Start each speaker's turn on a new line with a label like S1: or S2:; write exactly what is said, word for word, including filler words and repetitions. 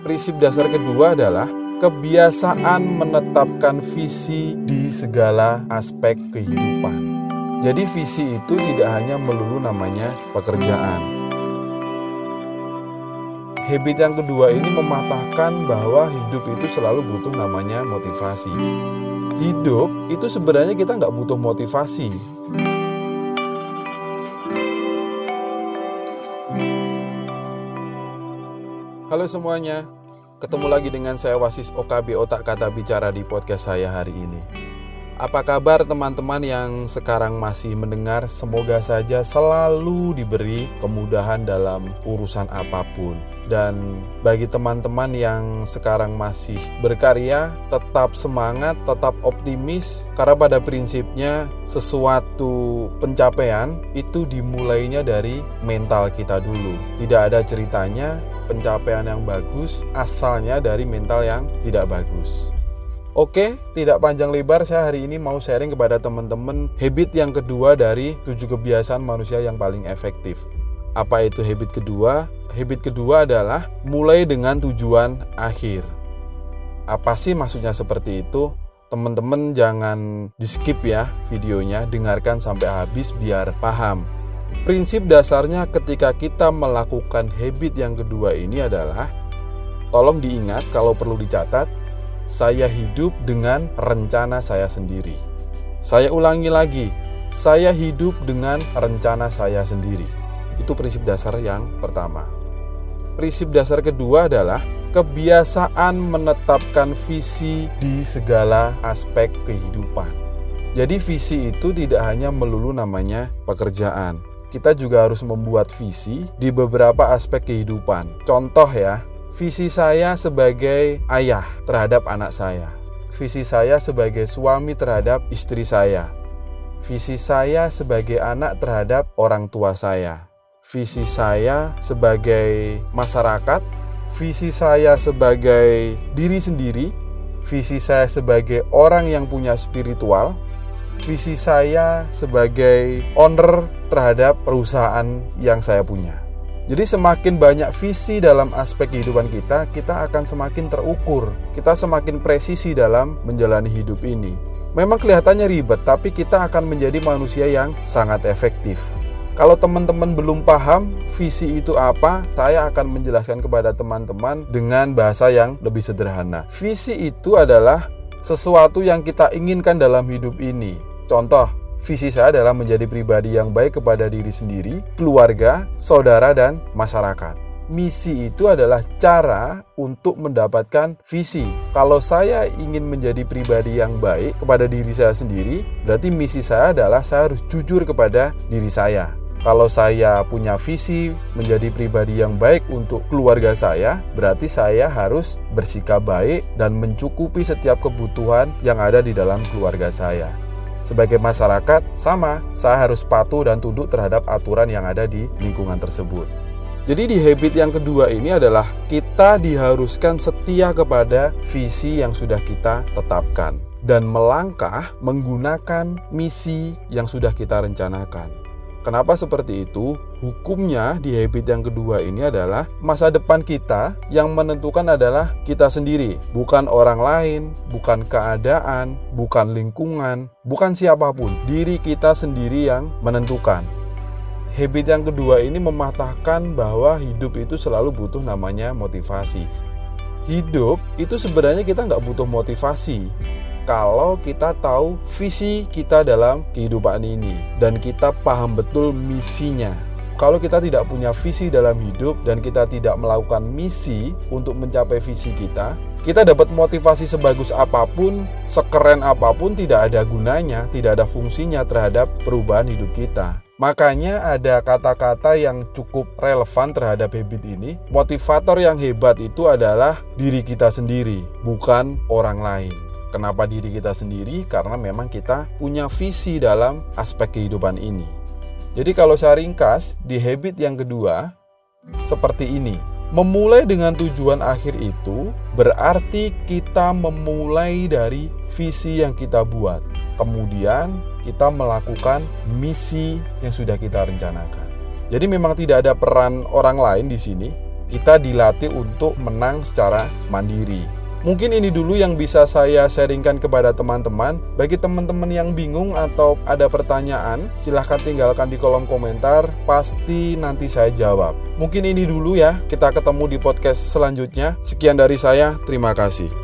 S1: Prinsip dasar kedua adalah kebiasaan menetapkan visi di segala aspek kehidupan. Jadi visi itu tidak hanya melulu namanya pekerjaan. Habit yang kedua ini mematahkan bahwa hidup itu selalu butuh namanya motivasi. Hidup itu sebenarnya kita nggak butuh motivasi. Halo semuanya, ketemu lagi dengan saya Wasis O K B Otak Kata Bicara di podcast saya hari ini. Apa kabar teman-teman yang sekarang masih mendengar? Semoga saja selalu diberi kemudahan dalam urusan apapun. Dan bagi teman-teman yang sekarang masih berkarya, tetap semangat, tetap optimis. Karena pada prinsipnya sesuatu pencapaian itu dimulainya dari mental kita dulu. Tidak ada ceritanya pencapaian yang bagus asalnya dari mental yang tidak bagus. Oke, tidak panjang lebar, saya hari ini mau sharing kepada teman-teman habit yang kedua dari tujuh kebiasaan manusia yang paling efektif. Apa itu habit kedua? Habit kedua adalah mulai dengan tujuan akhir. Apa sih maksudnya seperti itu? Teman-teman jangan di skip ya videonya, dengarkan sampai habis biar paham. Prinsip dasarnya ketika kita melakukan habit yang kedua ini adalah, tolong diingat kalau perlu dicatat, saya hidup dengan rencana saya sendiri. Saya ulangi lagi, saya hidup dengan rencana saya sendiri. Itu prinsip dasar yang pertama. Prinsip dasar kedua adalah kebiasaan menetapkan visi di segala aspek kehidupan. Jadi visi itu tidak hanya melulu namanya pekerjaan. Kita juga harus membuat visi di beberapa aspek kehidupan. Contoh ya, visi saya sebagai ayah terhadap anak saya. Visi saya sebagai suami terhadap istri saya. Visi saya sebagai anak terhadap orang tua saya. Visi saya sebagai masyarakat. Visi saya sebagai diri sendiri. Visi saya sebagai orang yang punya spiritual. Visi saya sebagai owner terhadap perusahaan yang saya punya. Jadi semakin banyak visi dalam aspek kehidupan kita, kita akan semakin terukur. Kita semakin presisi dalam menjalani hidup ini. Memang kelihatannya ribet, tapi kita akan menjadi manusia yang sangat efektif. Kalau teman-teman belum paham visi itu apa, saya akan menjelaskan kepada teman-teman dengan bahasa yang lebih sederhana. Visi itu adalah sesuatu yang kita inginkan dalam hidup ini. Contoh, visi saya adalah menjadi pribadi yang baik kepada diri sendiri, keluarga, saudara, dan masyarakat. Misi itu adalah cara untuk mendapatkan visi. Kalau saya ingin menjadi pribadi yang baik kepada diri saya sendiri, berarti misi saya adalah saya harus jujur kepada diri saya. Kalau saya punya visi menjadi pribadi yang baik untuk keluarga saya, berarti saya harus bersikap baik dan mencukupi setiap kebutuhan yang ada di dalam keluarga saya. Sebagai masyarakat, sama, saya harus patuh dan tunduk terhadap aturan yang ada di lingkungan tersebut. Jadi di habit yang kedua ini adalah kita diharuskan setia kepada visi yang sudah kita tetapkan dan melangkah menggunakan misi yang sudah kita rencanakan. Kenapa seperti itu? Hukumnya di habit yang kedua ini adalah masa depan kita yang menentukan adalah kita sendiri, bukan orang lain, bukan keadaan, bukan lingkungan, bukan siapapun. Diri kita sendiri yang menentukan. Habit yang kedua ini mematahkan bahwa hidup itu selalu butuh namanya motivasi. Hidup itu sebenarnya kita nggak butuh motivasi. Kalau kita tahu visi kita dalam kehidupan ini dan kita paham betul misinya. Kalau kita tidak punya visi dalam hidup dan kita tidak melakukan misi untuk mencapai visi kita, kita dapat motivasi sebagus apapun, sekeren apapun, tidak ada gunanya, tidak ada fungsinya terhadap perubahan hidup kita. Makanya ada kata-kata yang cukup relevan terhadap habit ini. Motivator yang hebat itu adalah diri kita sendiri, bukan orang lain. Kenapa diri kita sendiri? Karena memang kita punya visi dalam aspek kehidupan ini. Jadi kalau saya ringkas, di habit yang kedua, seperti ini. Memulai dengan tujuan akhir itu berarti kita memulai dari visi yang kita buat. Kemudian kita melakukan misi yang sudah kita rencanakan. Jadi memang tidak ada peran orang lain di sini. kita dilatih untuk menang secara mandiri. Mungkin ini dulu yang bisa saya sharingkan kepada teman-teman. Bagi teman-teman yang bingung atau ada pertanyaan, silahkan tinggalkan di kolom komentar, pasti nanti saya jawab. Mungkin ini dulu ya, kita ketemu di podcast selanjutnya. Sekian dari saya, terima kasih.